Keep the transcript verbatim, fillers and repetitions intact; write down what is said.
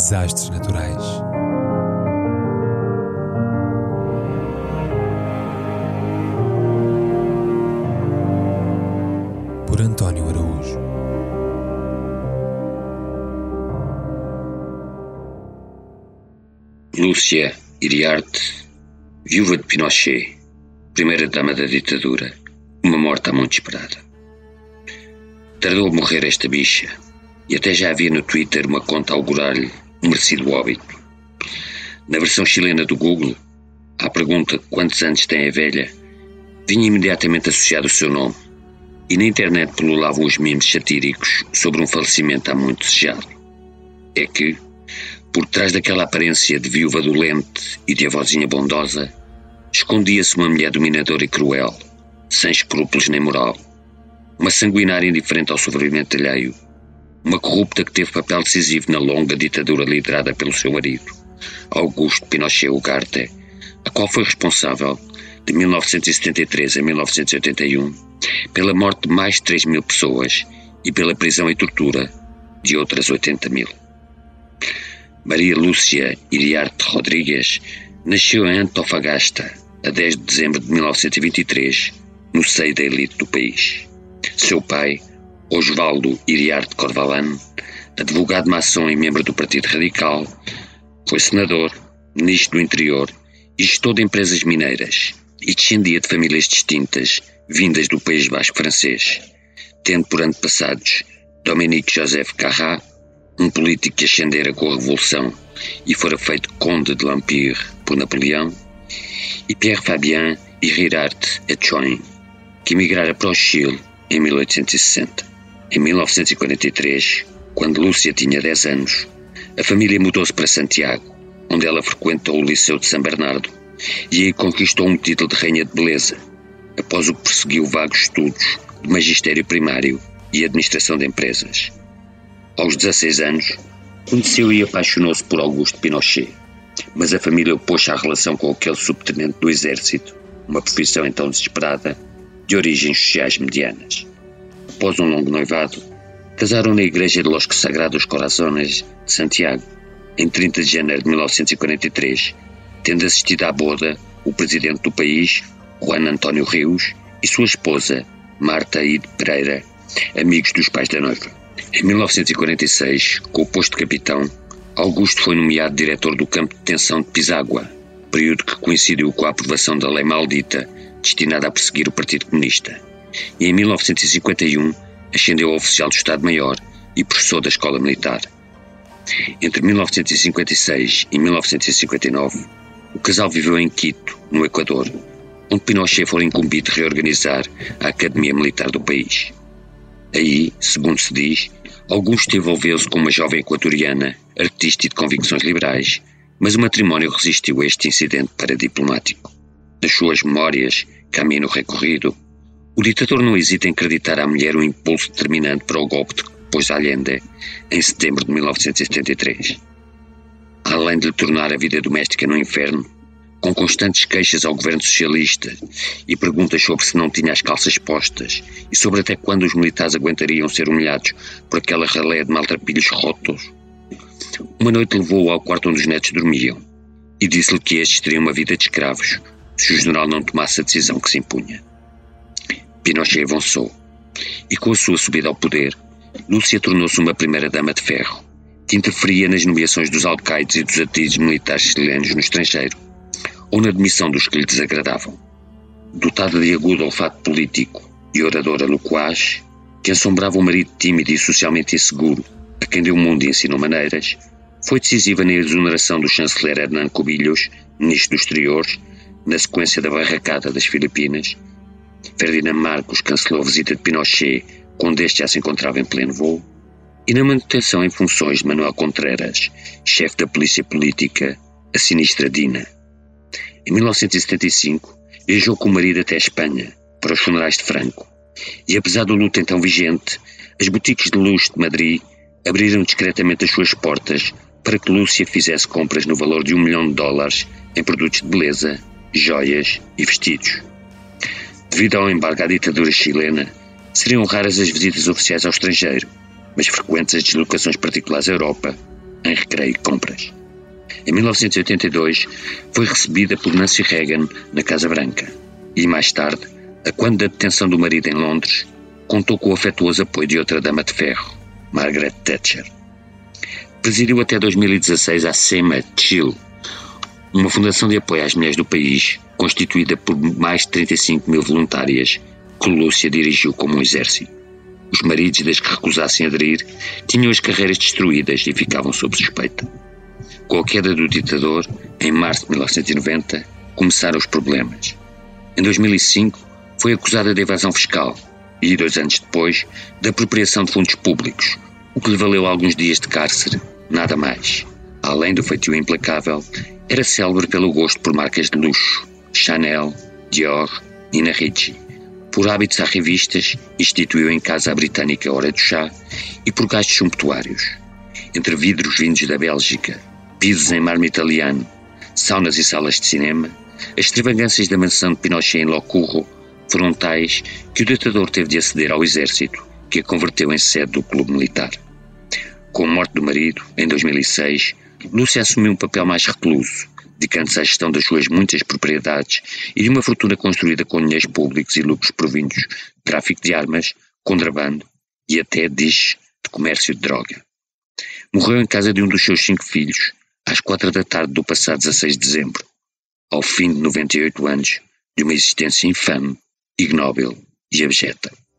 desastres naturais. Por António Araújo. Lúcia Iriarte, viúva de Pinochet, primeira-dama da ditadura, uma morte há muito esperada. Tardou a morrer esta bicha, e até já havia no Twitter uma conta a augurar-lhe um merecido óbito. Na versão chilena do Google, à pergunta quantos anos tem a velha, vinha imediatamente associado o seu nome, e na internet pululavam os memes satíricos sobre um falecimento há muito desejado. É que, por trás daquela aparência de viúva dolente e de avózinha bondosa, escondia-se uma mulher dominadora e cruel, sem escrúpulos nem moral, uma sanguinária indiferente ao sofrimento alheio, uma corrupta que teve papel decisivo na longa ditadura liderada pelo seu marido, Augusto Pinochet Ugarte, a qual foi responsável, de mil novecentos e setenta e três a mil novecentos e oitenta e um, pela morte de mais de três mil pessoas e pela prisão e tortura de outras oitenta mil. Maria Lúcia Iriarte Rodrigues nasceu em Antofagasta a dez de dezembro de mil novecentos e vinte e três, no seio da elite do país. Seu pai, Osvaldo Iriarte Corvalán, advogado maçom e membro do Partido Radical, foi senador, ministro do Interior e gestor de empresas mineiras, e descendia de famílias distintas vindas do País Basco francês, tendo por antepassados Dominique Joseph Carrat, um político que ascendera com a Revolução e fora feito conde de l'Empire por Napoleão, e Pierre Fabien Iriarte Etchoin, que emigrara para o Chile em mil oitocentos e sessenta. Em mil novecentos e quarenta e três, quando Lúcia tinha dez anos, a família mudou-se para Santiago, onde ela frequentou o Liceu de São Bernardo e aí conquistou um título de Rainha de Beleza, após o que perseguiu vagos estudos de magistério primário e administração de empresas. Aos dezasseis anos, conheceu e apaixonou-se por Augusto Pinochet, mas a família opôs-se à relação com aquele subtenente do exército, uma profissão então desesperada, de origens sociais medianas. Após um longo noivado, casaram na igreja de Los Sagrados Corazones de Santiago, em trinta de janeiro de mil novecentos e quarenta e três, tendo assistido à boda o presidente do país, Juan António Rios, e sua esposa, Marta Ide Pereira, amigos dos pais da noiva. Em mil novecentos e quarenta e seis, com o posto de capitão, Augusto foi nomeado diretor do campo de detenção de Pisagua, período que coincidiu com a aprovação da Lei Maldita, destinada a perseguir o Partido Comunista. E em mil novecentos e cinquenta e um ascendeu a oficial do Estado-Maior e professor da Escola Militar. Entre mil novecentos e cinquenta e seis e mil novecentos e cinquenta e nove, o casal viveu em Quito, no Equador, onde Pinochet foi incumbido de reorganizar a Academia Militar do país. Aí, segundo se diz, Augusto envolveu-se com uma jovem equatoriana, artista e de convicções liberais, mas o matrimónio resistiu a este incidente paradiplomático. Nas suas memórias, Caminho Recorrido, o ditador não hesita em acreditar à mulher um impulso determinante para o golpe que pôs Allende em setembro de mil novecentos e setenta e três. Além de lhe tornar a vida doméstica no inferno, com constantes queixas ao governo socialista e perguntas sobre se não tinha as calças postas e sobre até quando os militares aguentariam ser humilhados por aquela ralé de maltrapilhos rotos, uma noite levou-o ao quarto onde os netos dormiam e disse-lhe que estes teriam uma vida de escravos se o general não tomasse a decisão que se impunha. Pinochet avançou e, com a sua subida ao poder, Lúcia tornou-se uma primeira-dama de ferro que interferia nas nomeações dos alcaides e dos artigos militares chilenos no estrangeiro ou na admissão dos que lhe desagradavam. Dotada de agudo olfato político e oradora loquaz, que assombrava o marido tímido e socialmente inseguro, a quem deu o mundo e ensinou maneiras, foi decisiva na exoneração do chanceler Hernán Cubillos, ministro dos Exteriores, na sequência da barracada das Filipinas. Ferdinand Marcos cancelou a visita de Pinochet quando este já se encontrava em pleno voo, e na manutenção em funções de Manuel Contreras, chefe da polícia política, a sinistra Dina. Em mil novecentos e setenta e cinco, viajou com o marido até a Espanha, para os funerais de Franco, e apesar do luto então vigente, as boutiques de luxo de Madrid abriram discretamente as suas portas para que Lúcia fizesse compras no valor de um milhão de dólares em produtos de beleza, joias e vestidos. Devido ao embargo à ditadura chilena, seriam raras as visitas oficiais ao estrangeiro, mas frequentes as deslocações particulares à Europa, em recreio e compras. Em mil novecentos e oitenta e dois, foi recebida por Nancy Reagan na Casa Branca e, mais tarde, a quando da detenção do marido em Londres, contou com o afetuoso apoio de outra dama de ferro, Margaret Thatcher. Presidiu até dois mil e dezasseis a SEMA Chill, uma fundação de apoio às mulheres do país, constituída por mais de trinta e cinco mil voluntárias, que Lúcia dirigiu como um exército. Os maridos, desde que recusassem aderir, tinham as carreiras destruídas e ficavam sob suspeita. Com a queda do ditador, em março de mil novecentos e noventa, começaram os problemas. Em dois mil e cinco, foi acusada de evasão fiscal e, dois anos depois, de apropriação de fundos públicos, o que lhe valeu alguns dias de cárcere, nada mais. Além do feitio implacável, era célebre pelo gosto por marcas de luxo, Chanel, Dior, Nina Ricci, por hábitos a revistas, instituiu em casa a britânica Hora do Chá e por gastos sumptuários. Entre vidros vindos da Bélgica, pisos em mármore italiano, saunas e salas de cinema, as extravagâncias da mansão de Pinochet em Locurro foram tais que o ditador teve de aceder ao exército, que a converteu em sede do clube militar. Com a morte do marido, em dois mil e seis, Lúcia assumiu um papel mais recluso, dedicando-se à gestão das suas muitas propriedades e de uma fortuna construída com dinheiros públicos e lucros provindos de tráfico de armas, contrabando e até, diz, de comércio de droga. Morreu em casa de um dos seus cinco filhos, às quatro da tarde do passado dezasseis de dezembro, ao fim de noventa e oito anos de uma existência infame, ignóbil e abjeta.